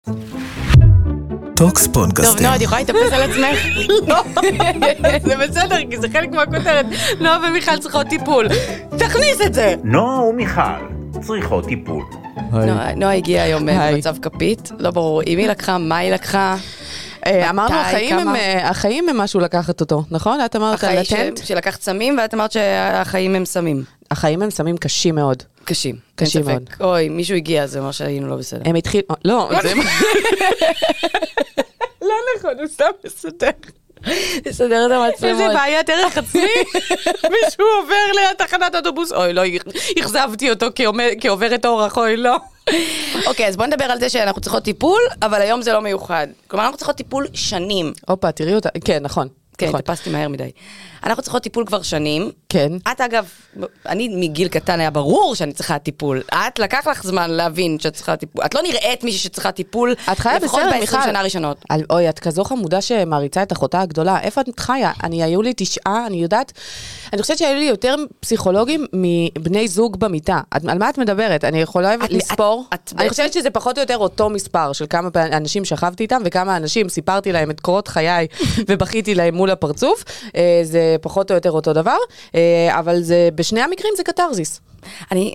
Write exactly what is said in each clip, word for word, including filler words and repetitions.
טוקס פודקאסטים. טוב, נועה, את יכולה להתאפס על עצמך? לא, זה בסדר, כי זה חלק מהכותרת. נועה ומיכל צריכות טיפול. תכניס את זה! נועה ומיכל צריכות טיפול. נועה הגיעה היום במצב כפית, לא ברור אם היא לקחה, מה היא לקחה. אמרנו, החיים הם משהו לקחת אותו, נכון? את אמרת על הטנט? שלקחת סמים, ואת אמרת שהחיים הם סמים. החיים הם סמים קשים מאוד. קשים. קשים מאוד. אוי, מישהו הגיע, זה אומר שהיינו לא בסדר. הם התחילו, לא, זה... לא נכון, הוא סתם מסדר. מסדר את המצלמות. איזה בעיה דרך עצמי. מישהו עובר ליד תחנת אוטובוס, אוי, לא, הכזבתי אותו כעוברת אורח, אוי, לא. אוקיי, אז בוא נדבר על זה שאנחנו צריכות טיפול, אבל היום זה לא מיוחד. כלומר, אנחנו צריכות טיפול שנים. אופה, תראי אותה, כן, נכון. כן, תפסתי מהר מדי. אנחנו צריכות טיפול כבר שנים. כן. את אגב, אני מגיל קטן היה ברור שאני צריכה טיפול. את לקח לך זמן להבין שאת צריכה טיפול. את לא נראית מישהי שצריכה טיפול. את חיה בסדר, מיכל. בעשרים שנה הראשונות. אוי, את כזו חמודה שמעריצה את אחותה הגדולה. איפה את חיה? אני, היו לי תשעה, אני יודעת. אני חושבת שהיו לי יותר פסיכולוגים מבני זוג במיטה. על מה את מדברת? אני יכולה לספור. אני חושבת שזה פחות או יותר אותו מספר של כמה אנשים שכבתי איתם וכמה אנשים סיפרתי להם את קורות חיי ובכיתי להם מול הפרצוף. זה פחות או יותר אותו דבר, אבל זה, בשני המקרים זה קטרזיס. אני...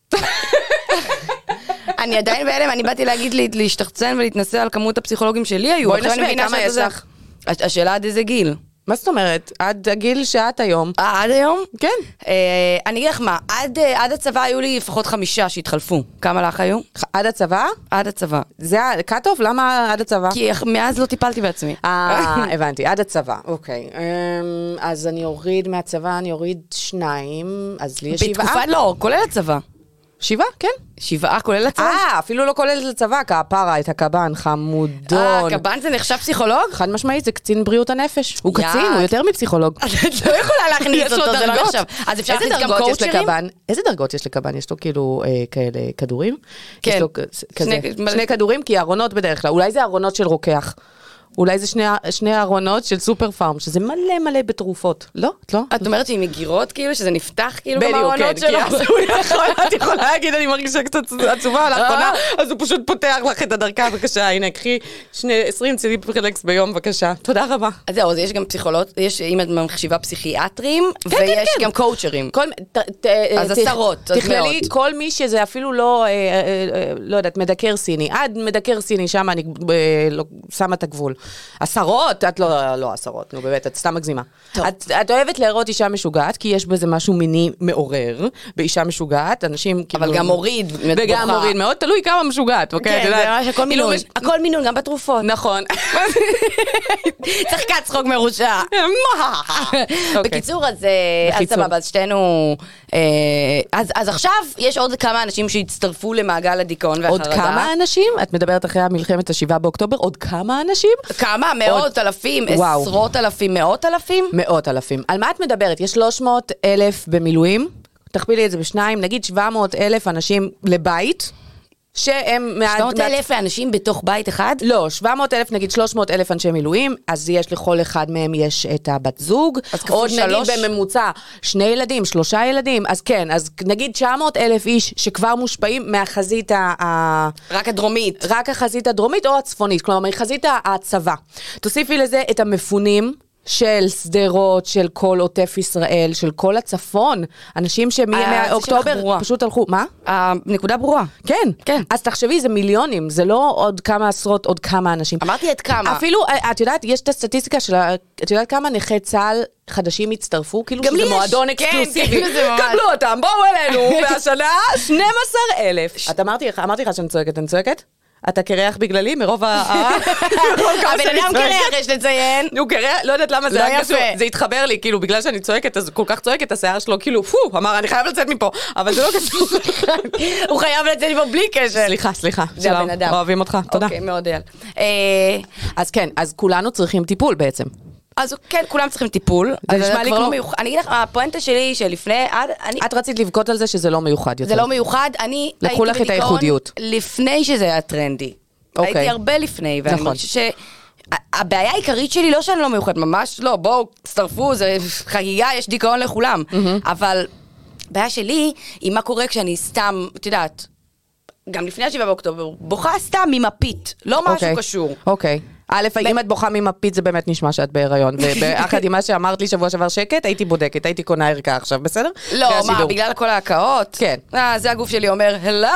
אני עדיין בהלם, אני באתי להגיד להשתחצן ולהתנסה על כמות הפסיכולוגים שלי היו. בואי נשווה, כמה יש לך? השאלה עד איזה גיל. מה זאת אומרת? עד הגיל שאת היום. אה, עד היום? כן. אני אגיד לך מה, עד הצבא היו לי לפחות חמישה שהתחלפו. כמה לך היו? עד הצבא? עד הצבא. זה קטוב? למה עד הצבא? כי מאז לא טיפלתי בעצמי. אה, הבנתי, עד הצבא, אוקיי. אז אני אוריד מהצבא, אני אוריד שניים, אז לי יש שבעה. בתקופה לא, כולל הצבא. שבעה, כן. שבעה כולל הצבא? אה, אפילו לא כולל לצבא, כפרה, את הקב"ן, חמודון. אה, קב"ן זה נחשב פסיכולוג? חד משמעית, זה קצין בריאות הנפש. הוא קצין, הוא יותר מפסיכולוג. את לא יכולה להכניס אותו, זה לא נחשב. אז אפשר להכניס גם קואוצ'רים? איזה דרגות יש לקב"ן? יש לו כאילו כאלה כדורים? כן. שני כדורים, כי ארונות בדרך כלל. אולי זה ארונות של רוקח. אולי זה שני, שני הארונות של סופר פארם, שזה מלא מלא בתרופות. לא? את לא? את אומרת שהיא מגירות כאילו, שזה נפתח כאילו במעונות שלו? את יכולה להגיד, אני מרגישה קצת עצובה לאחרונה, אז הוא פשוט פותח לך את הדרכה, בבקשה, הנה, קחי עשרים ציליפרלקס ביום, בבקשה. תודה רבה. אז זהו, אז יש גם פסיכולוג, יש, אם את מחשיבה פסיכיאטרים, ויש גם קואוצ'רים. אז עשרות, אז מאות. תכללי, כל מי שזה אפילו לא, לא יודעת, מדקר סיני, עד מדקר סיני, שם אני שמה את הגבול. עשרות, את לא, לא עשרות, נו באמת, את סתם מגזימה. את, את אוהבת להראות אישה משוגעת, כי יש בזה משהו מיני מעורר, באישה משוגעת, אנשים כאילו... אבל גם מוריד, וגם מוריד מאוד, תלוי כמה משוגעת, אוקיי? כן, זה ממש הכל מינון, הכל מינון, גם בתרופות. נכון. צחקה צחוק מרושע. בקיצור, אז סבבה, אז שתינו... אז עכשיו יש עוד כמה אנשים שהצטרפו למעגל הדיכאון והחרדה. עוד כמה אנשים? את מדברת אחרי המלחמת השבעה באוקטובר, עוד כמה אנשים? כמה? מאות אלפים? עשרות אלפים? מאות אלפים? מאות אלפים. על מה את מדברת? יש שלוש מאות אלף במילואים, תכפילי את זה בשניים, נגיד שבע מאות אלף אנשים לבית, שהם... שבע מאות אלף אנשים בתוך בית אחד? לא, שבע מאות אלף, נגיד שלוש מאות אלף אנשי מילואים, אז יש לכל אחד מהם יש את הבת זוג, עוד נגיד בממוצע שני ילדים, שלושה ילדים, אז כן, אז נגיד תשע מאות אלף איש שכבר מושפעים מהחזית ה... רק הדרומית. רק החזית הדרומית או הצפונית, כלומר, מחזית הצבא. תוסיפי לזה את המפונים, של סדרות, של כל עוטף ישראל, של כל הצפון, אנשים שמאוקטובר פשוט הלכו, מה? הנקודה ברורה. כן, כן. אז תחשבי, זה מיליונים, זה לא עוד כמה עשרות, עוד כמה אנשים. אמרתי את כמה. אפילו, את יודעת, יש את הסטטיסטיקה של, את יודעת כמה נכי צה"ל חדשים הצטרפו, כאילו שזה מועדון אקסקלוסיבי. קבלו אותם, בואו אלינו, והשנה שנים עשר אלף. את אמרתי לך שאני צועקת, אני צועקת? אתה קרח בגללי, מרוב ה... הבן אדם קרח, יש לציין. הוא קרח, לא יודעת למה זה היה קשור. זה התחבר לי, כאילו, בגלל שאני צועקת, אז כל כך צועקת, השיער שלו, כאילו, פו, אמר, אני חייב לצאת מפה. אבל זה לא קשור. הוא חייב לצאת מפה בלי קשר. סליחה, סליחה. זה הבן אדם. אוהבים אותך, תודה. אוקיי, מאוד אייל. אז כן, אז כולנו צריכים טיפול בעצם. אז כן, כולם צריכים טיפול. זה נשמע לי כמו... אני אגיד לך, הפואנטה שלי שלפני... את רצית לבכות על זה שזה לא מיוחד יותר. זה לא מיוחד, אני לקחו לך את הייחודיות. לפני שזה היה טרנדי. הייתי הרבה לפני, ואני מרגישה שהבעיה העיקרית שלי לא שאני לא מיוחד, ממש לא, בואו, תצטרפו, זה חגיגה, יש דיכאון לכולם. אבל הבעיה שלי היא מה קורה כשאני סתם, את יודעת, גם לפני השבעה באוקטובר, בוכה סתם ממפית, לא משהו קשור. אוקיי. א', אם את בוכה ממפית, זה באמת נשמע שאת בהיריון, ובאחד עם מה שאמרת לי שבוע שעבר שקט, הייתי בודקת, הייתי קונה ערכה עכשיו, בסדר? לא, מה, בגלל כל ההקאות? כן. זה הגוף שלי אומר, הלו,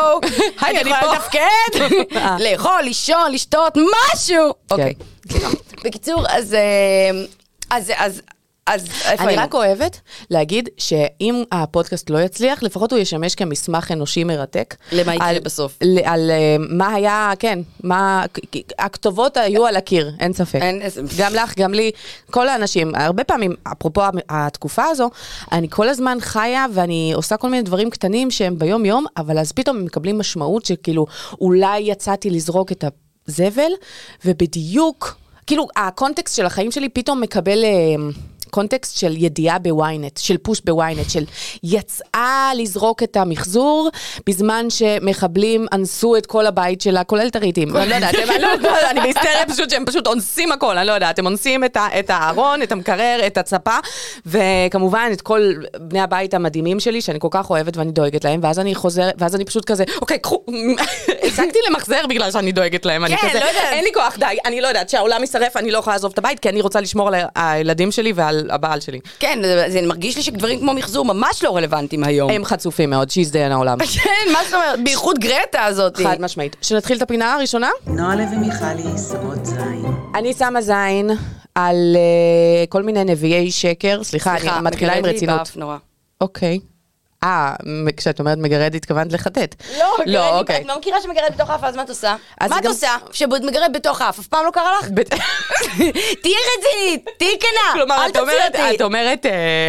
אני יכולה לתפקד? לאכול, לישון, לשתות, משהו! אוקיי. בקיצור, אז... אז... אז אני רק אוהבת להגיד שאם הפודקאסט לא יצליח, לפחות הוא ישמש כמסמך אנושי מרתק. למה יקרה בסוף? על מה היה, כן, מה, הכתובות היו על הקיר, אין ספק. גם לך, גם לי, כל האנשים, הרבה פעמים, אפרופו התקופה הזו, אני כל הזמן חיה ואני עושה כל מיני דברים קטנים שהם ביום יום, אבל אז פתאום הם מקבלים משמעות שכאילו, אולי יצאתי לזרוק את הזבל, ובדיוק, כאילו, הקונטקסט של החיים שלי פתאום מקבל... קונטקסט של ידיעה בוויינט, של פוש בוויינט, של יצאה לזרוק את המחזור, בזמן שמחבלים אנסו את כל הבית שלה, כולל את הרהיטים. אני לא יודעת, אני בהיסטריה פשוט שהם פשוט אונסים הכל, אני לא יודעת, הם אונסים את הארון, את המקרר, את הצפה, וכמובן את כל בני הבית המדהימים שלי, שאני כל כך אוהבת ואני דואגת להם, ואז אני חוזרת, ואז אני פשוט כזה, אוקיי, קחו, הפסקתי למחזר בגלל שאני דואגת להם, אני כזה, אין לי כוח, די, אני לא יודעת, שהעולם ישרף, אני לא יכולה לעזוב את הבית, כי אני רוצה לשמור על הילדים שלי ועל הבעל שלי. כן, זה מרגיש לי שדברים כמו מחזור ממש לא רלוונטיים היום. הם חצופים מאוד, שיזדיין העולם. כן, מה זאת אומרת? בייחוד גרטה הזאת. חד משמעית. שנתחיל את הפינה הראשונה? נועה לוי מיכלי, שמות זין. אני שמה זין על כל מיני נביאי שקר. סליחה, אני מתחילה עם רצינות. מגרד לי באף נורא. אוקיי. אה, כשאת אומרת מגרד, התכוונת לחטט. לא, את לא מכירה שמגרד בתוך האף, אז מה את עושה? מה את עושה? שמגרד בתוך האף, אף פעם לא קרה לך? תהיי רצינית, תהיי כנה. כלומר, את אומרת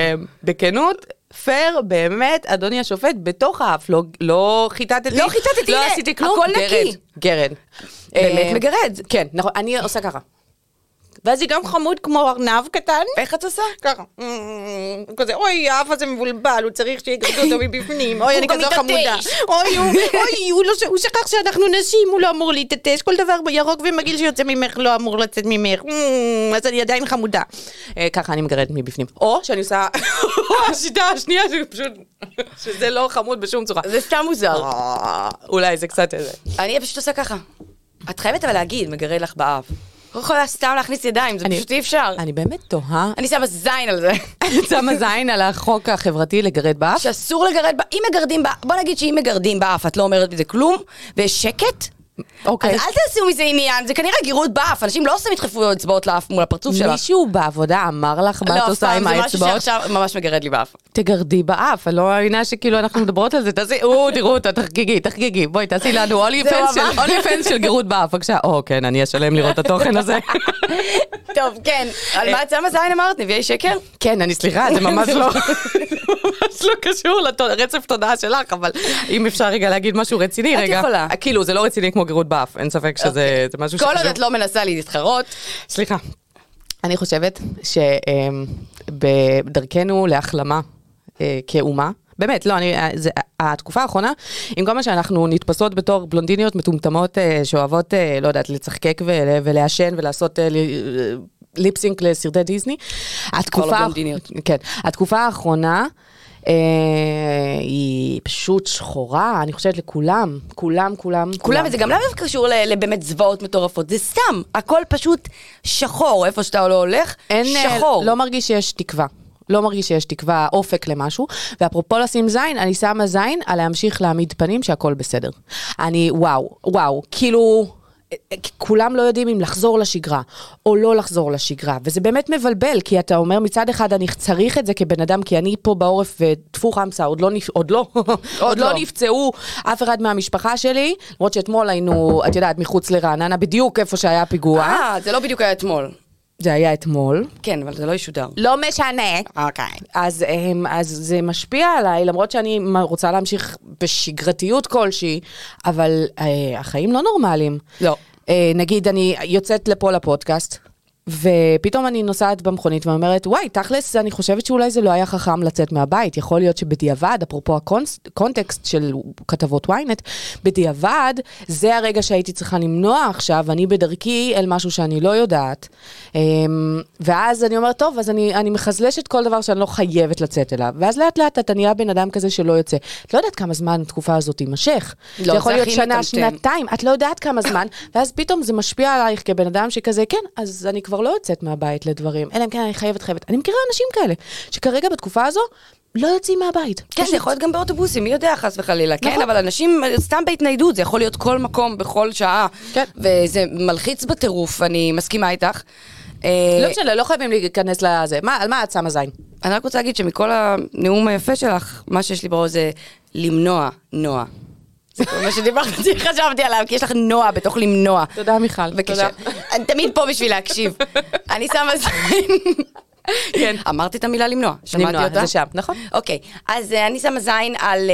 בכנות, פייר, באמת, אדוני השופט, בתוך האף, לא חיטטתי. לא חיטטתי, לא עשיתי כלום. הכל נקי. גרד. באמת מגרד. כן, נכון, אני עושה ככה. ואז היא גם חמוד כמו ארנב קטן. איך את עושה? ככה. כזה, אוי, האף הזה מבולבל, הוא צריך שיגרדו אותו מבפנים. אוי, אני כזו חמודה. אוי, הוא שכח שאנחנו נשים, הוא לא אמור להתעטש. כל דבר ירוק ומגעיל שיוצא ממך לא אמור לצאת ממך. אז אני עדיין חמודה. ככה אני מגרדת מבפנים. או שאני עושה... השיטה השנייה שפשוט... שזה לא חמוד בשום צורה. זה סתם מוזר. אולי זה קצת איזה. אני פשוט עושה ככה. את חייבת אבל להגיד, מגרד לך באף. לא יכולה סתם להכניס ידיים, זה פשוט אי אפשר. אני באמת תוהה. אני שמה זין על זה. אני שמה זין על החוק החברתי לגרד באף? שאסור לגרד באף. אם מגרדים באף, בוא נגיד שאם מגרדים באף, את לא אומרת בזה כלום, ויש שקט, אוקיי. אז אל תעשו מזה עניין, זה כנראה גירות באף, אנשים לא עושים ידחפו אצבעות לאף מול הפרצוף שלך. מישהו בעבודה אמר לך מה את עושה עם האצבעות? לא, זה משהו שעכשיו ממש מגרד לי באף. תגרדי באף, אני לא מאמינה שכאילו אנחנו מדברות על זה, תעשי, או, תראו אותה, תחגיגי, תחגיגי, בואי תעשי לנו אולי פנס של גירות באף, בבקשה, או כן, אני אשלם לראות את התוכן הזה. טוב, כן, על מה צמה זין אמרת? נביאי שקר? כן, אני סליחה, זה ממש לא, ממש לא קשור לרצף תודעה שלך, אבל אם אפשר רגע להגיד משהו רציני, רגע, כאילו, זה לא רציני כמו גירות באף, אין ספק שזה משהו שחשוב. כל עוד את לא מנסה להתחרות. סליחה. אני חושבת שבדרכנו להחלמה כאומה, באמת, לא, אני, זה, התקופה האחרונה, עם כל מה שאנחנו נתפסות בתור בלונדיניות מטומטמות שאוהבות, לא יודעת, לצחקק ולעשן ולעשות ליפסינק לסרטי דיסני. כל הבלונדיניות. כן. התקופה האחרונה, היא פשוט שחורה, אני חושבת לכולם, כולם, כולם. כולם, וזה גם לא קשור לבאמת זוועות מטורפות, זה סתם, הכל פשוט שחור, איפה שאתה לא הולך, שחור. לא מרגיש שיש תקווה. לא מרגיש שיש תקווה, אופק למשהו, ואפרופו לשים זין, אני שמה זין על להמשיך להעמיד פנים שהכל בסדר. אני, וואו, וואו, כאילו, כולם לא יודעים אם לחזור לשגרה, או לא לחזור לשגרה, וזה באמת מבלבל, כי אתה אומר מצד אחד, אני צריך את זה כבן אדם, כי אני פה בעורף ודפו חמסה, עוד לא, עוד לא, עוד לא נפצעו אף אחד מהמשפחה שלי, למרות שאתמול היינו, את יודעת, מחוץ לרעננה, בדיוק איפה שהיה פיגוע. אה, זה לא בדיוק היה אתמול. זה היה אתמול. כן, אבל זה לא ישודר. לא משנה. אוקיי. אז, אז זה משפיע עליי, למרות שאני רוצה להמשיך בשגרתיות כלשהי, אבל אה, החיים לא נורמליים. לא. אה, נגיד, אני יוצאת לפה לפודקאסט, ופתאום אני נוסעת במכונית ואומרת, וואי, תכלס, אני חושבת שאולי זה לא היה חכם לצאת מהבית. יכול להיות שבדיעבד, אפרופו הקונטקסט של כתבות וויינט, בדיעבד, זה הרגע שהייתי צריכה למנוע עכשיו, אני בדרכי אל משהו שאני לא יודעת. ואז אני אומרת, טוב, אז אני, אני מחזלשת כל דבר שאני לא חייבת לצאת אליו. ואז לאט לאט אתה נהיה בן אדם כזה שלא יוצא. את לא יודעת כמה זמן התקופה הזאת תימשך. לא, זה יכול זה להיות הכי שנה, מטמטם. שנתיים, את לא יודעת כמה זמן, ואז פתאום זה משפיע עלייך כבן אדם שכזה, כן, אז אני כבר לא יוצאת מהבית לדברים, אלא אם כן אני חייבת חייבת. אני מכירה אנשים כאלה, שכרגע בתקופה הזו, לא יוצאים מהבית. כן, זה יכול להיות גם באוטובוסים, מי יודע חס וחלילה, כן, אבל אנשים סתם בהתניידות, זה יכול להיות כל מקום, בכל שעה, וזה מלחיץ בטירוף, אני מסכימה איתך. לא משנה, לא חייבים להיכנס לזה. על מה את שמה זין? אני רק רוצה להגיד שמכל הנאום היפה שלך, מה שיש לי בראש זה למנוע נוע. זה כל מה שדיברתי, חשבתי עליו, כי יש לך נוע בתוך למנוע. תודה מיכל, תודה. אני תמיד פה בשביל להקשיב. אני שמה זין. כן. אמרתי את המילה למנוע, שמעתי אותה? למנוע, זה שם, נכון. אוקיי, אז אני שמה זין על...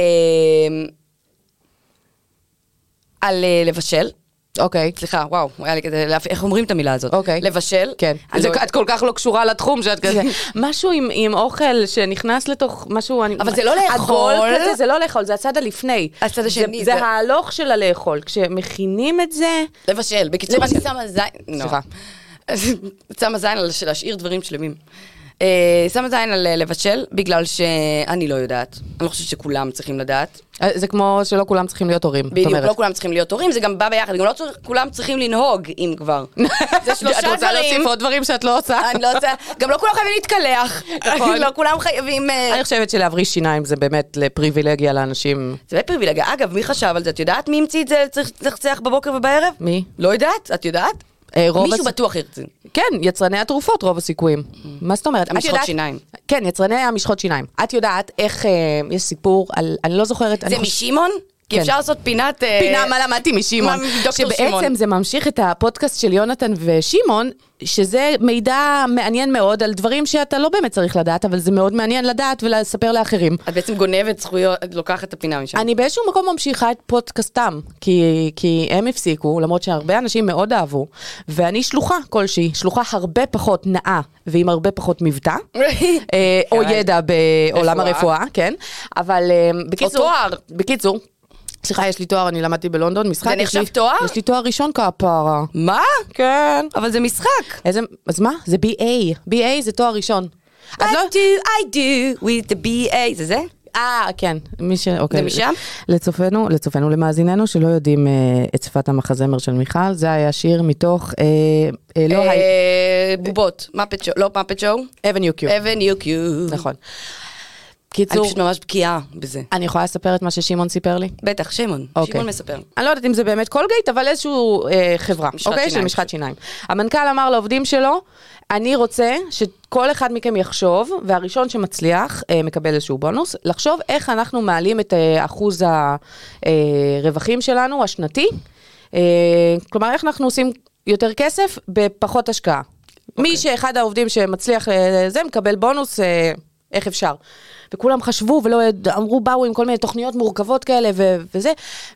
על לבשל. אוקיי. סליחה, וואו, היה לי כזה, איך אומרים את המילה הזאת? אוקיי. לבשל. כן. את כל כך לא קשורה לתחום שאת כזה. משהו עם אוכל שנכנס לתוך משהו... אבל זה לא לאכול. עגול כזה, זה לא לאכול, זה הצד הלפני. הצד השני. זה ההלוך של הלאכול. כשמכינים את זה... לבשל. בקיצור, אני שמה זין... סליחה. שמה זין על להשאיר דברים שלמים. שמה זין על לבשל, בגלל שאני לא יודעת. אני לא חושבת שכולם צריכים לדעת. זה כמו שלא כולם צריכים להיות הורים. בדיוק, לא כולם צריכים להיות הורים, זה גם בא ביחד, גם לא כולם צריכים לנהוג, אם כבר. זה שלושה דברים. את רוצה להוסיף עוד דברים שאת לא עושה? אני לא רוצה, גם לא כולם חייבים להתקלח. נכון. לא כולם חייבים... אני חושבת שלהבריש שיניים זה באמת לפריבילגיה לאנשים. זה באמת פריבילגיה. אגב, מי חשב על זה? את יודעת מי המציא את זה צריך לצחצח בבוקר ובערב? מי? לא יודעת? את יודעת? מישהו בטוח ירצה. כן, יצרני התרופות רוב הסיכויים. מה זאת אומרת? המשחות שיניים. כן, יצרני המשחות שיניים. את יודעת איך יש סיפור על, אני לא זוכרת... זה משימון? כי אפשר לעשות פינת... פינה מה למדתי משימון. שבעצם זה ממשיך את הפודקאסט של יונתן ושימון, שזה מידע מעניין מאוד על דברים שאתה לא באמת צריך לדעת, אבל זה מאוד מעניין לדעת ולספר לאחרים. את בעצם גונבת זכויות, לוקחת את הפינה משם. אני באיזשהו מקום ממשיכה את פודקאסטם, כי, כי הם הפסיקו, למרות שהרבה אנשים מאוד אהבו, ואני שלוחה כלשהי, שלוחה הרבה פחות נאה, ועם הרבה פחות מבטא, או ידע בעולם הרפואה, כן, אבל בקיצור... או תואר. בקיצור, סליחה, יש לי תואר, אני למדתי בלונדון, משחק. זה נחשב תואר? יש לי תואר ראשון כפרה. מה? כן. אבל זה משחק. איזה, אז מה? זה בי איי. בי איי זה תואר ראשון. I do, I do, with the בי איי. זה זה? אה, כן. מי ש... אוקיי. זה משם? לצופנו, לצופנו, למאזיננו, שלא יודעים אה, את שפת המחזמר של מיכל, זה היה שיר מתוך, אה, אה, לא היי... בובות. מפת שואו, לא מפת שואו? אבניו קיו. אבניו קיו. נכון. אני קיצור, פשוט ממש בקיאה בזה. אני יכולה לספר את מה ששימון סיפר לי? בטח, שימון. אוקיי. שימון מספר. אני לא יודעת אם זה באמת קולגייט, אבל איזשהו אה, חברה, אוקיי? שיניים. של משחת שיניים. המנכ"ל אמר לעובדים שלו, אני רוצה שכל אחד מכם יחשוב, והראשון שמצליח, אה, מקבל איזשהו בונוס, לחשוב איך אנחנו מעלים את אה, אחוז הרווחים שלנו, השנתי. אה, כלומר, איך אנחנו עושים יותר כסף בפחות השקעה. Okay. מי שאחד העובדים שמצליח לזה, מקבל בונוס, אה, איך אפשר. וכולם חשבו ולא אמרו, באו עם כל מיני תוכניות מורכבות כאלה ו- וזה,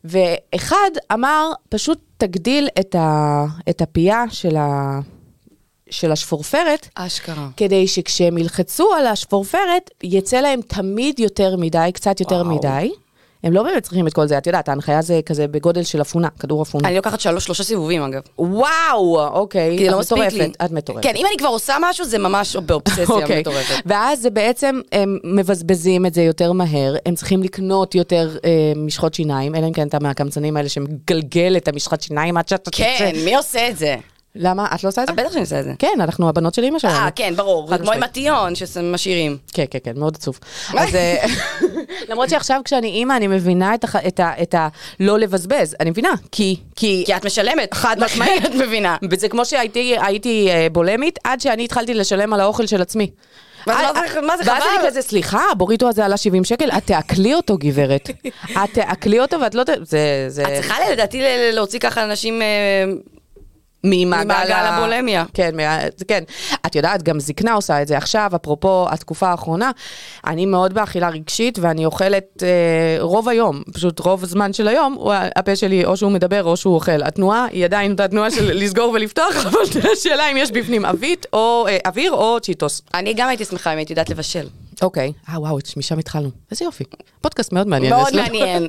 ואחד אמר, פשוט תגדיל את, ה- את הפייה של, ה- של השפורפרת, אשכרה. כדי שכשהם ילחצו על השפורפרת, יצא להם תמיד יותר מדי, קצת יותר וואו. מדי. הם לא באמת צריכים את כל זה, את יודעת, ההנחיה זה כזה בגודל של אפונה, כדור אפונה. אני לוקחת שלוש, שלושה סיבובים אגב. וואו, אוקיי. כי זה את לא מספיק לי. מטורפת, את מטורפת. כן, אם אני כבר עושה משהו, זה ממש באובססיה אוקיי. מטורפת. ואז זה בעצם, הם מבזבזים את זה יותר מהר, הם צריכים לקנות יותר אה, משחות שיניים, אלא אם כן אתה מהקמצנים האלה שמגלגל את המשחת שיניים עד שאתה תצא. כן, מי עושה את זה? למה? את לא עושה את זה? בטח שאני עושה את זה. כן, אנחנו הבנות של אמא שלנו. אה, כן, ברור. חד זה כמו עם משמעית. הטיון שמשאירים. כן, כן, כן, מאוד עצוב. אז אה, למרות שעכשיו כשאני אימא, אני מבינה את ה- את ה- את ה- לא לבזבז, אני מבינה, כי... כי כי את משלמת. חד משמעית. את מבינה. וזה כמו שהייתי הייתי, אה, בולמית, עד שאני התחלתי לשלם על האוכל של עצמי. ואז אה, מה זה- מה זה ואז חבל? אני כזה, סליחה, הבוריטו הזה עלה שבעים שקל, את תעכלי אותו, גברת. את תעכלי אותו ואת לא... ת- זה... זה... את צריכה לדעתי ל- להוציא ככה אנשים אה, ממעגל הבולמיה. כן, כן. את יודעת, גם זקנה עושה את זה. עכשיו, אפרופו התקופה האחרונה, אני מאוד באכילה רגשית, ואני אוכלת אה, רוב היום, פשוט רוב זמן של היום, הפה שלי או שהוא מדבר או שהוא אוכל. התנועה היא עדיין התנועה של לסגור ולפתוח, אבל השאלה אם יש בפנים אבית או אה, אוויר או צ'יטוס. אני גם הייתי שמחה אם הייתי יודעת לבשל. אוקיי. אה, וואו, משם התחלנו. איזה יופי. פודקאסט מאוד מעניין. מאוד מעניין.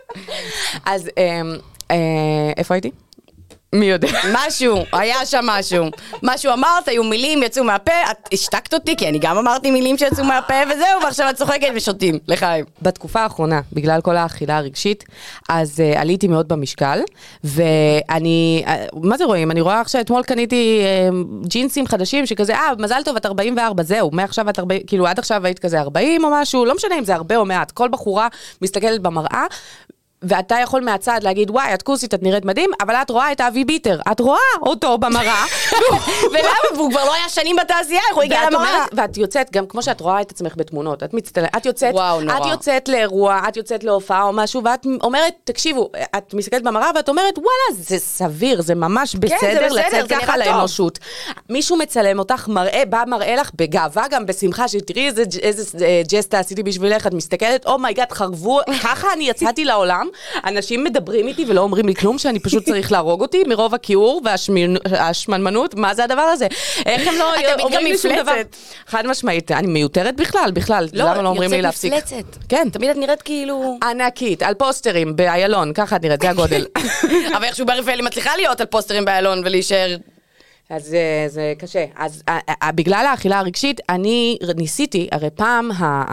אז אה, אה, איפה הייתי? מי יודע? משהו, היה שם משהו. משהו אמרת, היו מילים, יצאו מהפה, את השתקת אותי, כי אני גם אמרתי מילים שיצאו מהפה וזהו, ועכשיו את צוחקת ושותים, לחיים. בתקופה האחרונה, בגלל כל האכילה הרגשית, אז uh, עליתי מאוד במשקל, ואני, uh, מה זה רואים? אני רואה עכשיו, אתמול קניתי uh, ג'ינסים חדשים, שכזה, אה, מזל טוב, את ארבעים וארבע, זהו, מעכשיו את ארבעים, כאילו עד עכשיו היית כזה ארבעים או משהו, לא משנה אם זה הרבה או מעט, כל בחורה מסתכלת במראה, ואתה יכול מהצד להגיד, וואי, את כוסית, את נראית מדהים, אבל את רואה את אבי ביטר, את רואה אותו במראה. ולמה? והוא כבר לא היה שנים בתעשייה, הוא הגיע למראה. ואת יוצאת, גם כמו שאת רואה את עצמך בתמונות, את מצטלמת, את יוצאת, את יוצאת לאירוע, את יוצאת להופעה או משהו, ואת אומרת, תקשיבו, את מסתכלת במראה, ואת אומרת, וואלה, זה סביר, זה ממש בסדר לצאת ככה לאנושות. מישהו מצלם אותך, מראה, בא מראה לך בגאווה, גם בשמחה, שתראי איזה ג'סטה עשיתי בשבילך, את מסתכלת, "Oh my God, חרבו", ככה אני יצאתי לעולם. אנשים מדברים איתי ולא אומרים לי כלום, שאני פשוט צריך להרוג אותי מרוב הכיעור והשמנמנות. מה זה הדבר הזה? איך הם לא אומרים לי שום דבר? חד משמעית, אני מיותרת בכלל, בכלל. למה לא אומרים לי להפסיק? יוצאת מפלצת. כן. תמיד את נראית כאילו... ענקית, על פוסטרים באיילון, ככה את נראית, זה הגודל. אבל איכשהו ברפאלי מצליחה להיות על פוסטרים באיילון ולהישאר... אז זה קשה. אז בגלל האכילה הרגשית, אני ניסיתי, הרי פעם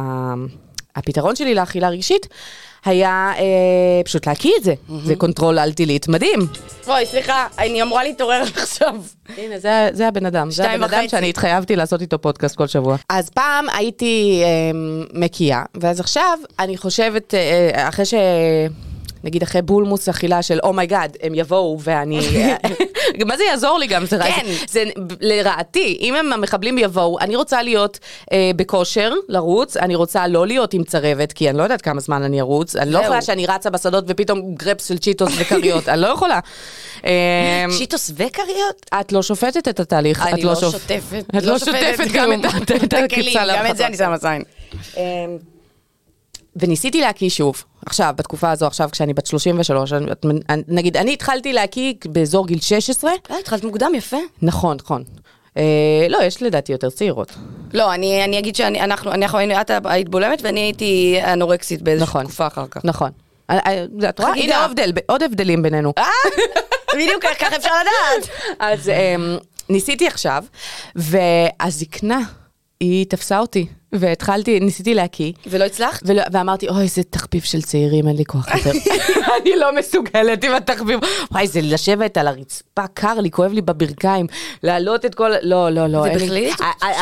הפתרון שלי לאכילה רגשית, היה אה, פשוט להקיא את זה. Mm-hmm. זה קונטרול אלטילית, מדהים. אוי, סליחה, אני אמורה להתעורר עכשיו. הנה, זה, זה הבן אדם. זה הבן אדם שאני התחייבתי לעשות איתו פודקאסט כל שבוע. אז פעם הייתי אה, מקיאה, ואז עכשיו אני חושבת, אה, אחרי ש... נגיד אחרי בולמוס אכילה של אומייגאד, הם יבואו ואני... מה זה יעזור לי גם? כן. זה לרעתי, אם הם המחבלים יבואו, אני רוצה להיות אה, בכושר, לרוץ, אני רוצה לא להיות עם צרבת, כי אני לא יודעת כמה זמן אני ארוץ, אני לא יכולה שאני רצה בשדות ופתאום גרפס של צ'יטוס וקריות, אני לא יכולה. צ'יטוס וקריות? את לא שופטת את התהליך. אני לא שוטפת. את לא שוטפת גם את הקיצה להפחתות. גם את זה אני שמה זין. וניסיתי להקיא שוב, עכשיו, בתקופה הזו, עכשיו כשאני בת שלושים ושלוש, נגיד, אני התחלתי להקיא באזור גיל שש עשרה. אה, התחלת מוקדם, יפה. נכון, נכון. לא, יש לדעתי יותר צעירות. לא, אני אגיד שאנחנו, את היית בולמת, ואני הייתי אנורקסית באיזושהי תקופה אחר כך. נכון. את רואה? הנה עוד הבדלים בינינו. אה, בדיוק, ככה אפשר לדעת. אז ניסיתי עכשיו, והזקנה, היא תפסה אותי. והתחלתי, ניסיתי להקיא. ולא הצלחת? ואמרתי, אוי, זה תחביב של צעירים, אין לי כוח יותר. אני לא מסוגלת עם התחביב. וואי, זה לשבת על הרצפה, קר לי, כואב לי בברכיים, להעלות את כל... לא, לא, לא. זה בכלי?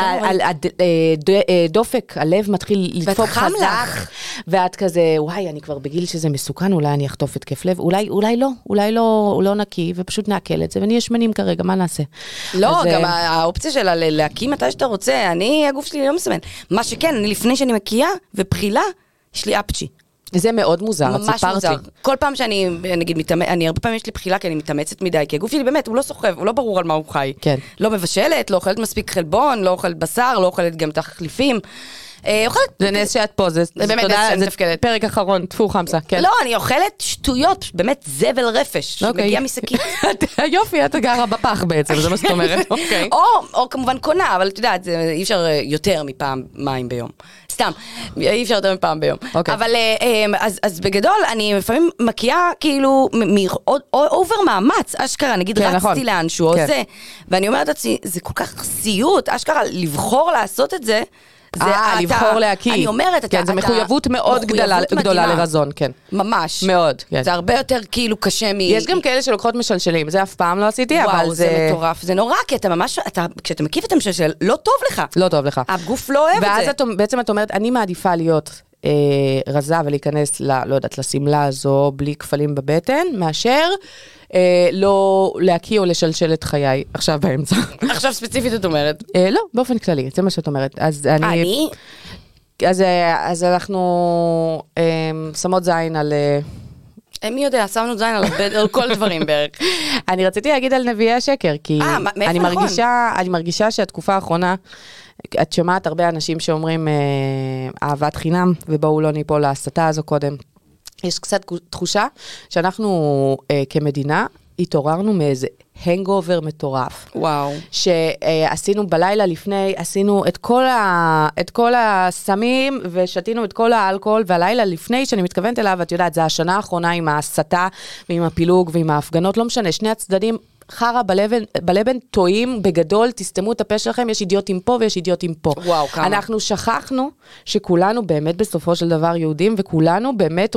דופק, הלב מתחיל לדפוק חזק. ואת כזה, וואי, אני כבר בגיל שזה מסוכן, אולי אני אחטוף התקף לב. אולי לא, אולי לא נקי, ופשוט נעכל את זה, ונהיה שמנים כרגע, מה נעשה? לא, גם האופציה שלה להקיא מתי שאתה רוצה, אני, הגוף שלי לא מסמן. מה שכן, אני לפני שאני מקיאה ופחילה, יש לי אפצ'י. זה מאוד מוזר, את סיפרתי. ממש מוזר. כל פעם שאני, נגיד, מתאמצת, אני הרבה פעמים יש לי בחילה, כי אני מתאמצת מדי, כי הגוף שלי באמת, הוא לא סוחב, הוא לא ברור על מה הוא חי. כן. לא מבשלת, לא אוכלת מספיק חלבון, לא אוכלת בשר, לא אוכלת גם תחליפים. אוכלת... זה נס שאת פה, זה פרק אחרון, תפו חמסה, כן. לא, אני אוכלת שטויות, באמת זבל רפש, שמגיע מסקית. יופי, את גרה בפח בעצם, זה מה זאת אומרת, אוקיי. או כמובן קונה, אבל את יודעת, אי אפשר יותר מפעם מים ביום. סתם, אי אפשר יותר מפעם ביום. אבל אז בגדול, אני לפעמים מקיאה כאילו, אובר מאמץ, אשכרה, נגיד רצתי לאנשהו, או זה, ואני אומרת לעצמי, זה כל כך סיוט, אשכרה, לבחור לעשות את זה, אה, לבחור להקיא. אני אומרת, כן, זו מחויבות מאוד גדולה לרזון, כן. ממש. מאוד, כן. זה הרבה יותר כאילו קשה מ... יש גם כאלה שלוקחות משלשלים, זה אף פעם לא עשיתי, אבל זה... וואו, זה מטורף, זה נורא, כי אתה ממש, כשאתה מקיף את המשלשל, לא טוב לך. לא טוב לך. הגוף לא אוהב את זה. ואז בעצם את אומרת, אני מעדיפה להיות רזה ולהיכנס, לא יודעת, לסמלה הזו, בלי כפלים בבטן, מאשר... לא להקיא או לשלשל את חיי, עכשיו באמצע. עכשיו ספציפית את אומרת? לא, באופן כללי, זה מה שאת אומרת. אז אני... אני? אז אנחנו שמות זין על... מי יודע, שמנו זין על הרבה- על כל דברים בערך. אני רציתי להגיד על נביאי השקר, כי אה, מה- מאיפה אני נכון? מרגישה, אני מרגישה שהתקופה האחרונה, את שומעת הרבה אנשים שאומרים אה, אהבת חינם, ובואו לא ניפול להסתה הזו קודם. יש קצת תחושה שאנחנו אה, כמדינה התעוררנו מאיזה הנגאובר מטורף. וואו. שעשינו בלילה לפני, עשינו את כל, ה, את כל הסמים ושתינו את כל האלכוהול, והלילה לפני שאני מתכוונת אליו, את יודעת, זה השנה האחרונה עם ההסתה ועם הפילוג ועם ההפגנות, לא משנה, שני הצדדים חרה בלבן, בלבן טועים בגדול, תסתמו את הפה שלכם, יש אידיוטים פה ויש אידיוטים פה. וואו, כמה. אנחנו שכחנו שכולנו באמת בסופו של דבר יהודים, וכולנו באמת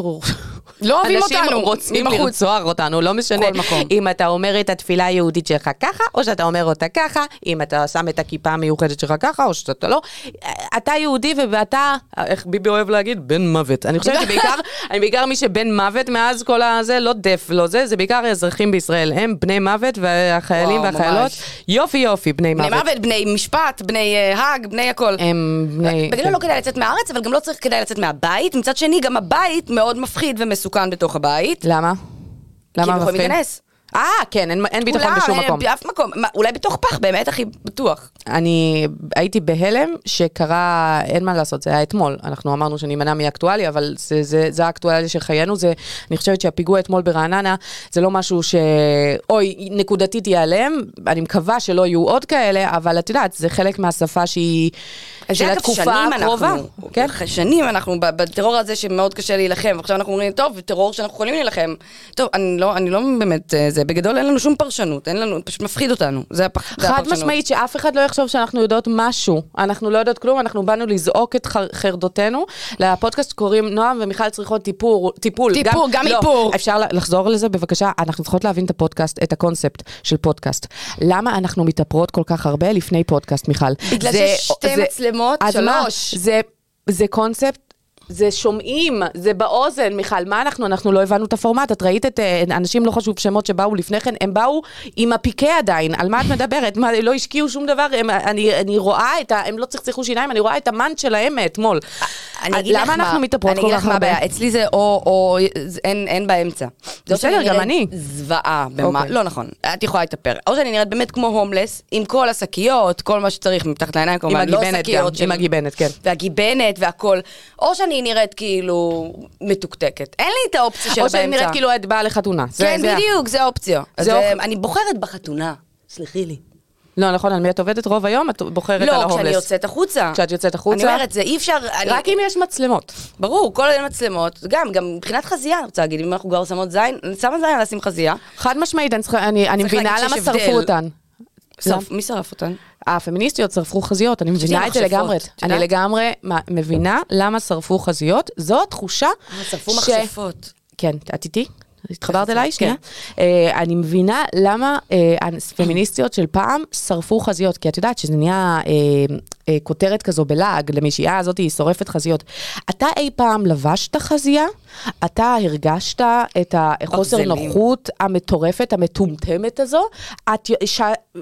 לא אוהבים אותנו, אנשים רוצים מבחוץ. לרצוח אותנו, לא משנה. כל מקום. אם אתה אומר את התפילה היהודית שלך ככה, או שאתה אומר אותה ככה, אם אתה שם את הכיפה המיוחדת שלך ככה, או שאתה לא. אתה יהודי ואתה, איך ביבי אוהב להגיד, בן מוות. אני חושבת שבעיקר, אני בעיקר מי שבן מוות מאז כל הזה, לא דף, לא זה, זה בעיקר האזרחים בישראל. הם בני מוות והחיילים וואו, והחיילות, ממש. יופי יופי, בני בני מוות. מוות, בני משפט, בני אה, האג, בני הכל. הם בני... בגלל לא כדאי לצאת מהארץ, אבל גם לא צריך כדאי לצאת מהבית. מצד שני, גם הבית מאוד מפחיד ומסוכן בתוך הבית. למה? כי למה הם יכולים מפחיד? להיכנס. אה, כן, אין, אין ביטחון אולם, בשום אין, מקום. באף מקום. מה, אולי בתוך פח, באמת, הכי בטוח. אני הייתי בהלם שקרה, אין מה לעשות, זה היה אתמול. אנחנו אמרנו שנימנע מאקטואליה, אבל זה, זה, זה האקטואליה של חיינו. זה, אני חושבת שהפיגוע אתמול ברעננה, זה לא משהו ש... אוי, נקודתית ייעלם, אני מקווה שלא יהיו עוד כאלה, אבל את יודעת, זה חלק מהשפה שהיא... של התקופה הקרובה. כן? שנים אנחנו בטרור הזה שמאוד קשה להילחם, ועכשיו אנחנו אומרים, טוב, טרור שאנחנו יכולים להילחם. טוב, אני לא, אני לא באמת, זה, בגדול אין לנו שום פרשנות, אין לנו, פשוט מפחיד אותנו. זה הפח, זה חד הפרשנות. משמעית שאף אחד לא יחשוב שאנחנו יודעות משהו. אנחנו לא יודעות כלום, אנחנו באנו לזעוק את חר- חרדותנו. לפודקאסט קוראים נועם ומיכל צריכות טיפול. טיפול, טיפול, גם לא, איפור. אפשר לחזור לזה בבקשה? אנחנו צריכות להבין את הפודקאסט, את הקונספט של פודקאסט. למה אנחנו מתאפרות כל כך הרבה לפני פודקאסט, מיכל? בגלל זה- שיש שתי זה- מצלמות, אז מה? שלוש. זה, זה קונספט, זה שומעים, זה באוזן, מיכל, מה אנחנו? אנחנו לא הבנו את הפורמט, את ראית את אה, אנשים לא חשוב שמות שבאו לפני כן, הם באו עם הפיקי עדיין, על מה את מדברת? מה, לא השקיעו שום דבר, הם, אני, אני רואה את ה... הם לא צחצחו שיניים, אני רואה את המנט שלהם מאתמול. אני אגיד לך למה מה- אנחנו מתאפרות אני כל אגיד כך לך מה הרבה? הבעיה, אצלי זה או, או, זה- אין, אין באמצע. זה או בסדר, שאני גם נראית אני. זוועה, במה, אוקיי. לא נכון, את יכולה להתאפר. או שאני נראית באמת כמו הומלס, עם כל השקיות, כל מה שצריך מתחת לעיניים, עם כמובן, לא הגיבנת גם, שקיות של... עם הגיבנת, כן. והגיבנת והכל. או שאני נראית כאילו מתוקתקת. אין לי את האופציה של או באמצע. שאני נראית כאילו את באה לחתונה. זה- כן, זה ה- בדיוק, זה האופציה. אז זה אה, אופ- אני בוחרת בחתונה. סלחי לי. לא, נכון, על מי את עובדת רוב היום? את בוחרת על לא, ההומלס. כשאני יוצאת החוצה. כשאת יוצאת החוצה? אני אומרת, זה אי אפשר... אני- רק אם יש מצלמות. ברור, כל אלה מצלמות, גם, גם מבחינת חזייה, אני רוצה להגיד, אם אנחנו כבר שמות זין, אני שמה זין על לשים חזייה. חד משמעית, אני צריכה- אני אני צריך מבינה להגיד למה שיש שרפו הבדל. אותן. שרף, מי שרף אותן? הפמיניסטיות שרפו חזיות, אני מבינה את זה מכשפות, לגמרי. את אני יודעת? לגמרי מה- מבינה למה שרפו חזיות, זו התחושה שרפו ש- מכשפות. כן, את איתי? התחברת אליי? כן. שנייה. אה, אני מבינה למה אה, הפמיניסטיות של פעם שרפו חזיות, כי את יודעת שזה נהיה אה, אה, כותרת כזו בלעג, למישהי הזאת היא שורפת חזיות. אתה אי פעם לבשת חזייה? אתה הרגשת את החוסר ברזלים. נוחות המטורפת, המטומטמת הזו? את... ש...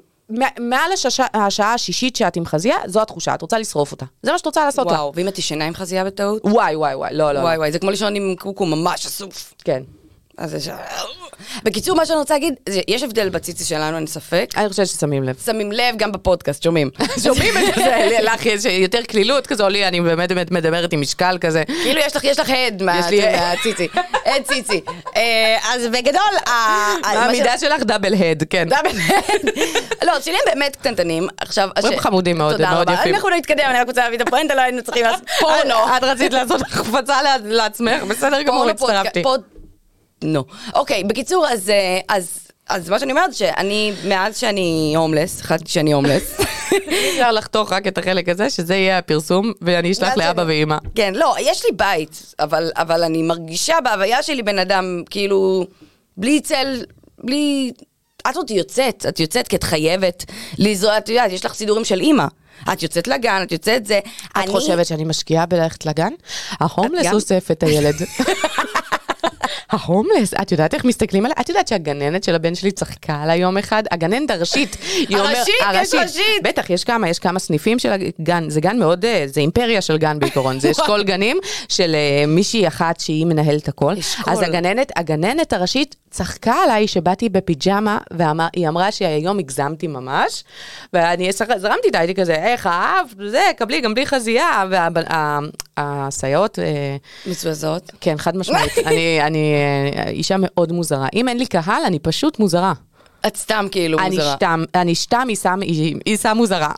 מעל השעה, השעה השישית שאת עם חזייה, זו התחושה, את רוצה לשרוף אותה. זה מה שאת רוצה לעשות לה. וואו, ואם את ישנה עם חזייה בטעות? וואי, וואי, וואי, לא, לא. וואי וואי, זה כמו לישון עם קוקו ממש אסוף. כן. אז יש... בקיצור, מה שאני רוצה להגיד, זה- יש הבדל בציצי שלנו, אין ספק. אני חושבת ששמים לב. שמים לב גם בפודקאסט, שומעים. שומעים את זה, לך יש יותר כלילות כזו, לי אני באמת באמת מדברת עם משקל כזה. כאילו יש לך, יש לך הד מה- יש לי- מהציצי. הד ציצי. אה, אז בגדול, ה- ה- מה ש- העמידה שלך דאבל הד, כן. דאבל הד. לא, שלי הם באמת קטנטנים. עכשיו... הם הש- חמודים מאוד, תודה מאוד רבה. יפים. אנחנו נתקדם, אני רק רוצה להביא את הפואנטה, לא היינו צריכים לעשות פורנו. את רצית לעשות החפצה לעצ- לעצמך, בסדר גמור, פורנו הצטרפתי. פוד- נו. אוקיי, בקיצור, אז... אה, אז... אז מה שאני אומרת, שאני, מאז שאני הומלס, החלטתי שאני הומלס. אפשר לחתוך רק את החלק הזה, שזה יהיה הפרסום, ואני אשלח מאז לאבא שאני- ואמא. כן, לא, יש לי בית, אבל, אבל אני מרגישה בהוויה שלי בן אדם, כאילו, בלי צל, בלי... את עוד יוצאת, את יוצאת כי את חייבת לזרוע, את יודעת, יש לך סידורים של אימא. את יוצאת לגן, את יוצאת זה. את חושבת שאני משקיעה בללכת לגן? ההומלס גם- אוסף את הילד. ההומלס, את יודעת איך מסתכלים עליה? את יודעת שהגננת של הבן שלי צחקה עליי יום אחד? הגננת הראשית. הראשית, יש ראשית. בטח, יש כמה, יש כמה סניפים של הגן. זה גן מאוד, זה אימפריה של גן בעיקרון. זה אשכול גנים של מישהי אחת שהיא מנהלת הכל. אז הגננת, הגננת הראשית צחקה עליי שבאתי בפיג'מה, והיא אמרה שהיום הגזמתי ממש, ואני זרמתי איתה, הייתי כזה, איך אהב, זה, קבלי, גם בלי חזייה, והסייעות... מזווזות. כן, חד משמעית. אני, אני אישה מאוד מוזרה. אם אין לי קהל, אני פשוט מוזרה. את סתם כאילו מוזרה. אני סתם, אני סתם אישה מוזרה.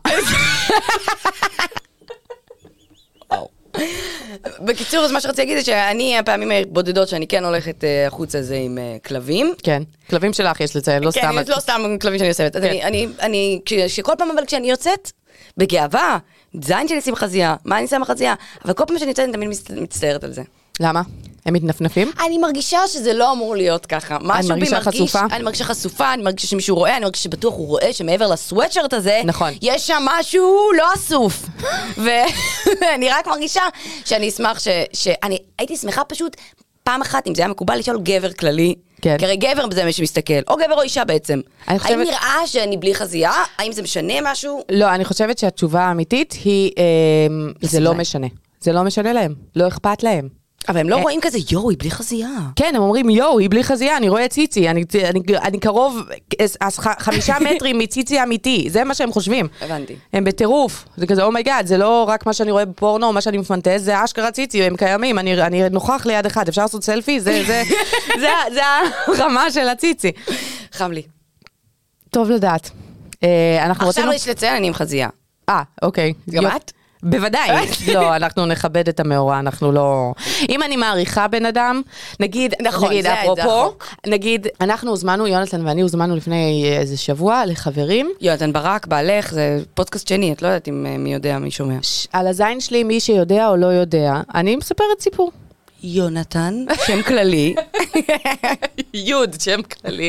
בקיצור, אז מה שרציתי להגיד זה שאני, הפעמים הבודדות שאני כן הולכת החוצה זה עם כלבים. כן, כלבים שלך יש לציין, לא סתם. כן, לא סתם כלבים שאני יושבת. אז אני, שכל פעם אבל כשאני יוצאת, בגאווה, זין שלי שים חזייה, מה אני שמה חזייה? אבל כל פעם שאני יוצאת, אני תמיד מצטערת על זה. למה? הם מתנפנפים? אני מרגישה שזה לא אמור להיות ככה. אני מרגישה חשופה? אני מרגישה חשופה, אני מרגישה שמישהו רואה, אני מרגישה שבטוח הוא רואה שמעבר לסוואטשרט הזה, נכון. יש שם משהו לא אסוף. ואני רק מרגישה שאני אשמח שאני הייתי שמחה פשוט פעם אחת, אם זה היה מקובל לשאול גבר כללי, כן. כי הרי גבר בזה מי שמסתכל, או גבר או אישה בעצם. חושבת... האם נראה שאני בלי חזייה? האם זה משנה משהו? לא, אני חושבת שהתשובה האמיתית היא, אה, זה לא משנה. זה לא משנה להם, לא אכפת להם. אבל הם לא רואים כזה, יואו, היא בלי חזייה. כן, הם אומרים, יואו, היא בלי חזייה, אני רואה ציצי, אני, אני, אני קרוב, אז חמישה מטרים מציצי אמיתי, זה מה שהם חושבים. הבנתי. הם בטירוף, זה כזה, אומייגאד, זה לא רק מה שאני רואה בפורנו, מה שאני מפנטז, זה אשכרה ציצי, הם קיימים, אני, אני נוכח ליד אחד, אפשר לעשות סלפי, זה, זה, זה, זה הרמה של הציצי. חם לי. טוב לדעת. עכשיו יש לציין, אני עם חזייה. אה, אוקיי. גם את? בוודאי, לא, אנחנו נכבד את המאורע, אנחנו לא... אם אני מעריכה בן אדם, נגיד, נכון, נגיד, זה, אפרופו, זה החוק. נגיד, אנחנו הוזמנו, יונתן ואני הוזמנו לפני איזה שבוע לחברים. יונתן ברק, בעלך, זה פודקאסט שני, את לא יודעת אם מי יודע, מי שומע. ש- על הזין שלי, מי שיודע או לא יודע, אני מספרת סיפור. יונתן, שם כללי. יוד, שם כללי.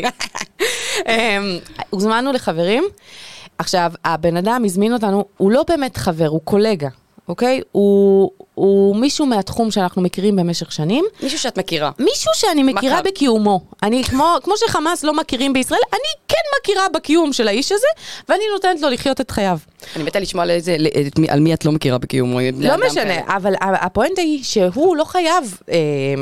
הוזמנו לחברים. עכשיו, הבן אדם הזמין אותנו, הוא לא באמת חבר, הוא קולגה, אוקיי? הוא, הוא מישהו מהתחום שאנחנו מכירים במשך שנים. מישהו שאת מכירה. מישהו שאני מכירה מכר. בקיומו. אני, כמו, כמו שחמאס לא מכירים בישראל, אני כן מכירה בקיום של האיש הזה, ואני נותנת לו לחיות את חייו. אני מתה לשמוע לאיזה, על מי את לא מכירה בקיומו. לא משנה, אבל הפואנטה היא שהוא לא חייב... אה,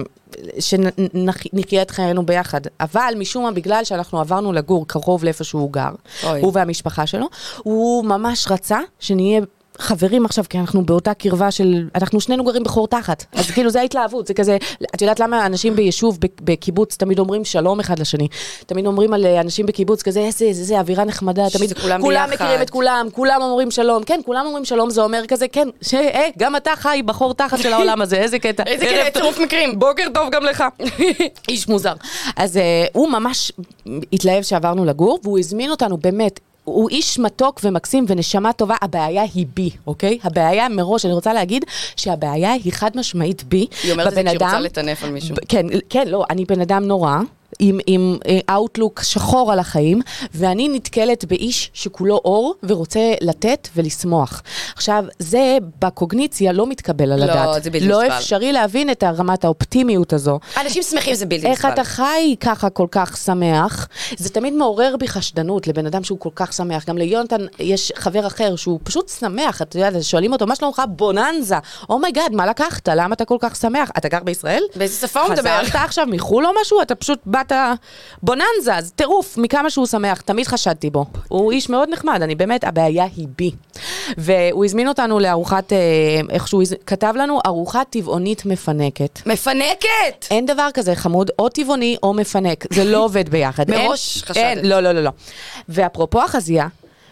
שנחיה את חיינו ביחד, אבל משום מה, בגלל שאנחנו עברנו לגור קרוב לאיפה שהוא גר, אוי. הוא והמשפחה שלו, הוא ממש רצה שנהיה חברים עכשיו, כי אנחנו באותה קרבה של, אנחנו שנינו גרים בחור תחת, אז כאילו זה ההתלהבות, זה כזה, את יודעת למה אנשים ביישוב, בקיבוץ, תמיד אומרים שלום אחד לשני, תמיד אומרים על אנשים בקיבוץ, כזה, איזה, איזה, איזה, אווירה נחמדה, תמיד כולם, כולם מכירים את כולם, כולם אומרים שלום, כן, כולם אומרים שלום, זה אומר כזה, כן, ש, אה, גם אתה חי בחור תחת של העולם הזה, איזה קטע. איזה קטע, צירוף מקרים. בוקר טוב גם לך. איש מוזר. אז הוא ממש התלהב שעברנו לגור, והוא הזמין אותנו באמת, הוא איש מתוק ומקסים ונשמה טובה, הבעיה היא בי, אוקיי? הבעיה מראש, אני רוצה להגיד שהבעיה היא חד משמעית בי. היא אומרת את זה כשהיא רוצה לטנף על מישהו. כן, כן, לא, אני בן אדם נורא. עם, עם אאוטלוק שחור על החיים, ואני נתקלת באיש שכולו אור, ורוצה לתת ולשמוח. עכשיו, זה בקוגניציה לא מתקבל על הדעת. לא, זה בלתי לא נסבל. אפשרי להבין את הרמת האופטימיות הזו. אנשים שמחים זה בלתי איך נסבל. אתה חי ככה כל כך שמח? זה תמיד מעורר בי חשדנות לבן אדם שהוא כל כך שמח. גם ליונתן יש חבר אחר שהוא פשוט שמח. אתה יודע, שואלים אותו, מה שלומך? בוננזה. אומייגאד, מה לקחת? למה אתה כל כך שמח? אתה גר בישראל? באיזה שפה הוא מדבר? חזרת עכשיו מחול או משהו? אתה פשוט באת בוננזה, אז טירוף, מכמה שהוא שמח, תמיד חשדתי בו. הוא איש מאוד נחמד, אני באמת, הבעיה היא בי. והוא הזמין אותנו לארוחת, איך שהוא כתב לנו, ארוחת טבעונית מפנקת. מפנקת! אין דבר כזה חמוד, או טבעוני או מפנק, זה לא עובד ביחד. מראש חשדת. לא, לא, לא, לא. ואפרופו החזייה,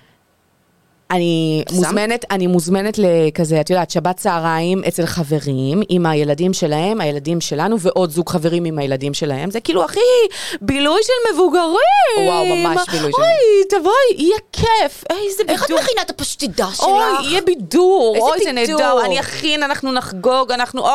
אני מוזמנת, אני מוזמנת לכזה, את יודעת, שבת צהריים אצל חברים, עם הילדים שלהם, הילדים שלנו, ועוד זוג חברים עם הילדים שלהם. זה כאילו, אחי, בילוי של מבוגרים. וואו, ממש בילוי של מבוגרים. אוי, תבואי, יהיה כיף. איזה בידור. איך את מכינה את הפשטידה שלך? אוי, יהיה בידור. איזה אוי, זה בידור. נהדר. אני אכין, אנחנו נחגוג, אנחנו, אוי.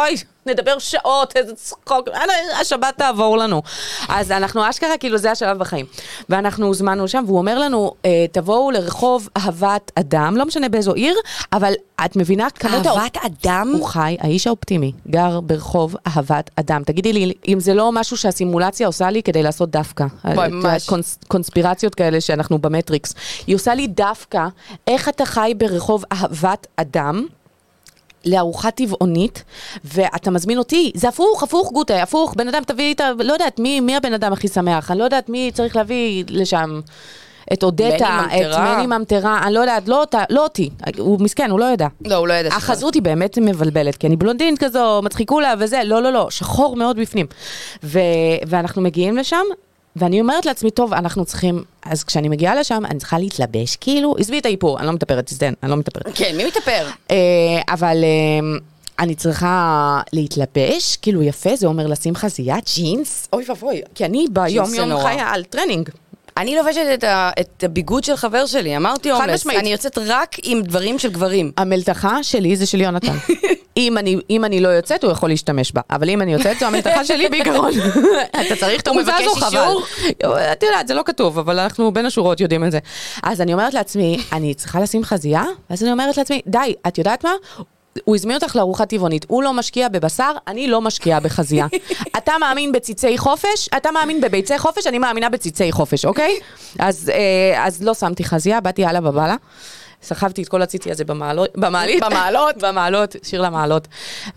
נדבר שעות, איזה צחוק, השבת תעבור לנו. אז אנחנו אשכרה, כאילו זה השלב בחיים. ואנחנו הוזמנו שם, והוא אומר לנו, תבואו לרחוב אהבת אדם, לא משנה באיזו עיר, אבל את מבינה כמות... אהבת אדם? הוא חי, האיש האופטימי, גר ברחוב אהבת אדם. תגידי לי, אם זה לא משהו שהסימולציה עושה לי כדי לעשות דווקא. ממש. קונס, קונספירציות כאלה שאנחנו במטריקס. היא עושה לי דווקא, איך אתה חי ברחוב אהבת אדם, לארוחה טבעונית, ואתה מזמין אותי, זה הפוך, הפוך גוטה, הפוך, בן אדם תביא איתה, לא יודעת מי, מי הבן אדם הכי שמח, אני לא יודעת מי צריך להביא לשם את אודטה, את מני ממטרה, אני לא יודעת, לא אותה, לא אותי, הוא מסכן, הוא לא ידע. לא, הוא לא ידע. החזות היא באמת מבלבלת, כי אני בלונדינית כזו, מצחיקו לה וזה, לא, לא, לא, שחור מאוד בפנים. ו- ואנחנו מגיעים לשם, ואני אומרת לעצמי, טוב, אנחנו צריכים, אז כשאני מגיעה לשם, אני צריכה להתלבש, כאילו, עזבי את האיפור, אני לא מטפרת, תזדן, אני לא מטפרת. כן, מי מטפר? אבל אני צריכה להתלבש, כאילו יפה, זה אומר לשים חזייה, ג'ינס, אוי ובוי, כי אני ביום יום חיה על טרנינג. אני לובשת את, ה, את הביגוד של חבר שלי, אמרתי אומלס, אני יוצאת רק עם דברים של גברים. המלתחה שלי זה של יונתן. אם אני, אם אני לא יוצאת, הוא יכול להשתמש בה, אבל אם אני יוצאת, זו המלתחה שלי בעיקרון. אתה צריך את המוצא הזו חבל. את יודעת, זה לא כתוב, אבל אנחנו בין השורות יודעים את זה. אז אני אומרת לעצמי, אני צריכה לשים חזייה, ואז אני אומרת לעצמי, די, את יודעת מה? הוא הזמין אותך לארוחה טבעונית, הוא לא משקיע בבשר, אני לא משקיעה בחזייה. אתה מאמין בציצי חופש, אתה מאמין בביצי חופש, אני מאמינה בציצי חופש, אוקיי? אז, אז לא שמתי חזייה, באתי הלאה בבאללה, סחבתי את כל הציצי הזה במעלות, במעלית, במעלות, במעלות, שיר למעלות,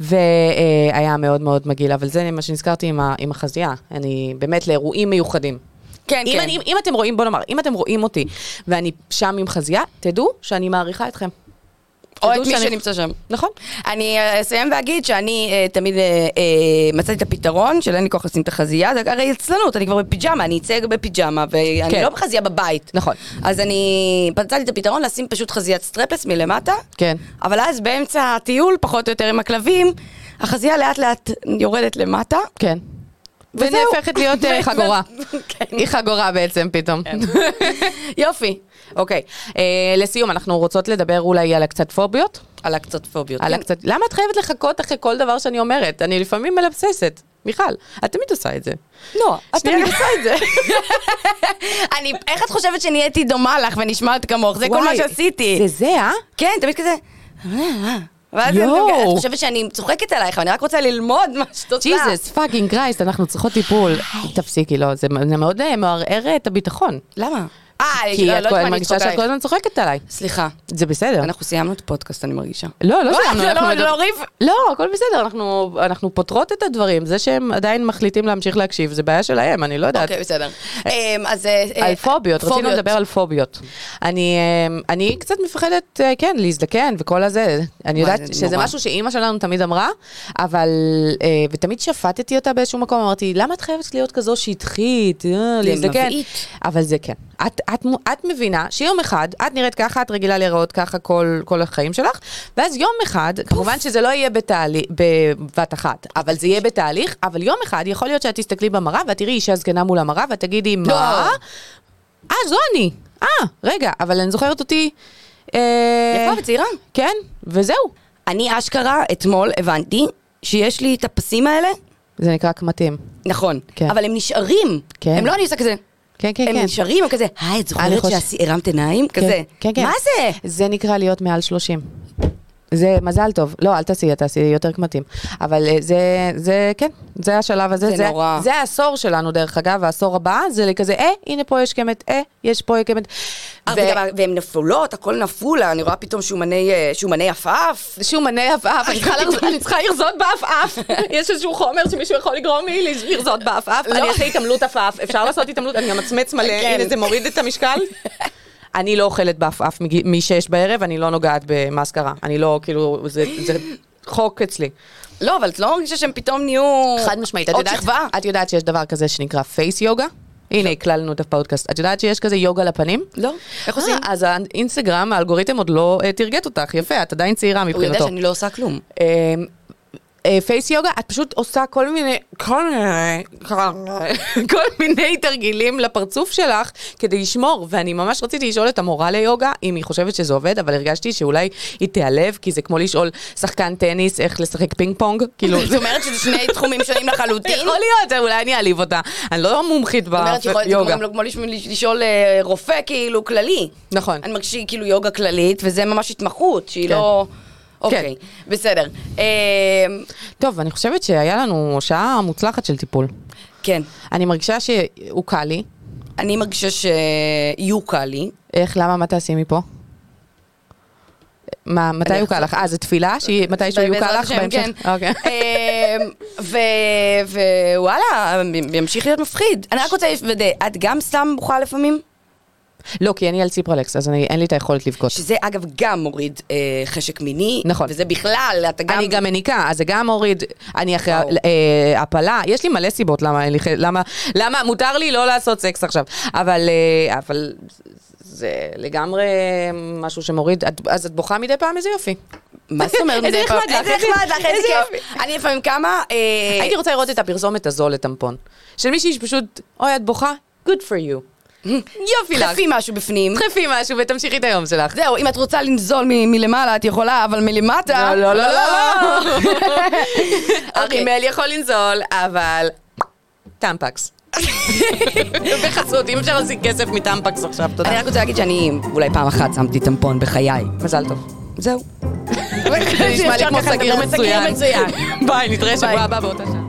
והיה מאוד מאוד מגעיל, אבל זה מה שנזכרתי עם, עם החזייה, אני באמת לאירועים מיוחדים. כן, אם, כן. אני, אם אתם רואים, בוא נאמר, אם אתם רואים אותי, ואני שם עם חזייה, תדעו שאני מעריכה אתכם. או את מי שנמצא שם. נכון. אני אסיים ואגיד שאני תמיד מצאתי את הפתרון, של אין לי כוח לשים את החזייה, זה הרי עצלנות, אני כבר בפיג'מה, אני אצא בפיג'מה, ואני לא בחזייה בבית. נכון. אז אני מצאתי את הפתרון לשים פשוט חזיית סטרפלס מלמטה, כן. אבל אז באמצע הטיול, פחות או יותר עם הכלבים, החזייה לאט לאט יורדת למטה. כן. וזהו. ונהפכת להיות חגורה. היא חגורה בעצם פתאום. יופי. אוקיי. לסיום, אנחנו רוצות לדבר אולי על הקצת פוביות? על הקצת פוביות. על הקצת... למה את חייבת לחכות אחרי כל דבר שאני אומרת? אני לפעמים מלבססת. מיכל, את תמיד עושה את זה. לא, את תמיד עושה את זה. אני, איך את חושבת שנהייתי דומה לך ונשמעת כמוך? זה כל מה שעשיתי. זה זה, אה? כן, תמיד כזה... ואז את חושבת שאני צוחקת עלייך, אני רק רוצה ללמוד מה שאת עושה. ג'יזוס, פאקינג קרייסט, אנחנו צריכות טיפול. תפסיקי, לא, זה מאוד מערער את הביטחון. למה? כי את מרגישה שאת כל הזמן צוחקת עליי. סליחה. זה בסדר. אנחנו סיימנו את הפודקאסט, אני מרגישה. לא, לא סיימנו. לא, לא ריב. לא, הכל בסדר, אנחנו פותרות את הדברים. זה שהם עדיין מחליטים להמשיך להקשיב, זה בעיה שלהם, אני לא יודעת. אוקיי, בסדר. על פוביות, רצינו לדבר על פוביות. אני קצת מפחדת, כן, להזדקן וכל הזה. אני יודעת שזה משהו שאימא שלנו תמיד אמרה, אבל, ותמיד שפטתי אותה באיזשהו מקום, אמרתי, למה את חייבת להיות כזו שטחית, להזדקן? אבל זה כן. את, את, את מבינה שיום אחד, את נראית ככה, את רגילה להיראות ככה כל, כל החיים שלך, ואז יום אחד, פוף. כמובן שזה לא יהיה בתהליך, בבת אחת, אבל זה יהיה בתהליך, אבל יום אחד יכול להיות שאת תסתכלי במראה, ואת תראי אישה זקנה מול המראה, ואת תגידי, מה? אה, זו אני. אה, רגע, אבל אני זוכרת אותי... יפה וצעירה. כן, וזהו. אני אשכרה, אתמול הבנתי שיש לי את הפסים האלה. זה נקרא קמטים. נכון, כן. אבל הם נשארים. כן. הם לא אני עושה כזה. כן, כן, הם כן. נשארים, הם כזה, היי, את זוכרת שהרמת עיניים? כזה. כן, כן. מה זה? זה נקרא להיות מעל שלושים. זה מזל טוב. לא, אל תעשי, תעשי יותר קמטים. אבל זה, זה, כן, זה השלב הזה. זה נורא. זה העשור שלנו, דרך אגב, העשור הבא, זה כזה, אה, הנה פה יש קמת, אה, יש פה קמת. והם נפולות, הכל נפולה, אני רואה פתאום שומני עפעף. שומני עפעף, אני צריכה לרזות בעפעף. יש איזשהו חומר שמישהו יכול לגרום לי לרזות בעפעף. אני אעשה התעמלות עפעף, אפשר לעשות התעמלות, אני גם מצמץ מלא, הנה זה מוריד את המשקל. אני לא אוכלת בעפעף משש בערב, אני לא נוגעת במאסקרה. אני לא, כאילו, זה חוק אצלי. לא, אבל את לא מרגישה שהם פתאום נהיו... חד משמעית. עוד שכבה? את יודעת שיש דבר כזה שנקרא פייס יוגה? הנה, הכללנו את הפודקאסט. את יודעת שיש כזה יוגה לפנים? לא. איך עושים? אז האינסטגרם, האלגוריתם עוד לא תרגט אותך. יפה, את עדיין צעירה מבחינתו. הוא יודע שאני לא עושה כלום. פייס יוגה, את פשוט עושה כל מיני, כל מיני, כל מיני תרגילים לפרצוף שלך כדי לשמור, ואני ממש רציתי לשאול את המורה ליוגה, אם היא חושבת שזה עובד, אבל הרגשתי שאולי היא תיעלב, כי זה כמו לשאול שחקן טניס, איך לשחק פינג פונג, כאילו. זאת אומרת שזה שני תחומים שונים לחלוטין? יכול להיות, אולי אני אעליב אותה, אני לא מומחית ביוגה. זאת אומרת שיכול להיות כמו לשאול רופא כאילו כללי. נכון. אני מרגיש כאילו יוגה כללית, וזה ממש התמחות, שהיא לא... אוקיי, בסדר. טוב, אני חושבת שהיה לנו שעה מוצלחת של טיפול. כן. אני מרגישה שהוא קל לי. אני מרגישה שיהיו קל לי. איך, למה, מה תעשי מפה? מה, מתי הוא קל לך? אה, זה תפילה? מתישהו יהיו קל לך בהמשך? אוקיי. ווואלה, ימשיך להיות מפחיד. אני רק רוצה לוודא, את גם סתם בוכה לפעמים? לא, כי אני על ציפרלקס, אז אני, אין לי את היכולת לבכות. שזה אגב גם מוריד אה, חשק מיני. נכון. וזה בכלל, אתה גם... אני גם מניקה, אז זה גם מוריד, אני אחרי אה, הפלה, יש לי מלא סיבות למה, אין לי, למה, למה מותר לי לא לעשות סקס עכשיו, אבל, אה, אבל זה לגמרי משהו שמוריד, את, אז את בוכה מדי פעם, איזה יופי. מה זאת אומרת? איזה נחמד לך, איזה נחמד לך, איזה כיף. אני לפעמים כמה... הייתי רוצה לראות את הפרסומת הזו לטמפון, של מישהי שפשוט, אוי, את בוכה? Good for you. יופי לך. דחפי משהו בפנים. דחפי משהו ותמשיכי את היום שלך. זהו, אם את רוצה לנזול מלמעלה, את יכולה, אבל מלמטה... לא, לא, לא, לא. הרימל יכול לנזול, אבל... טמפקס. בחסות, אם אפשר להשיג כסף מטמפקס עכשיו, תודה. אני רק רוצה להגיד שאני אולי פעם אחת שמתי טמפון בחיי. מזל טוב. זהו. זה נשמע לי כמו סגיר מצוין. מצוין. ביי, נתראה שבוע הבא באותה שעה.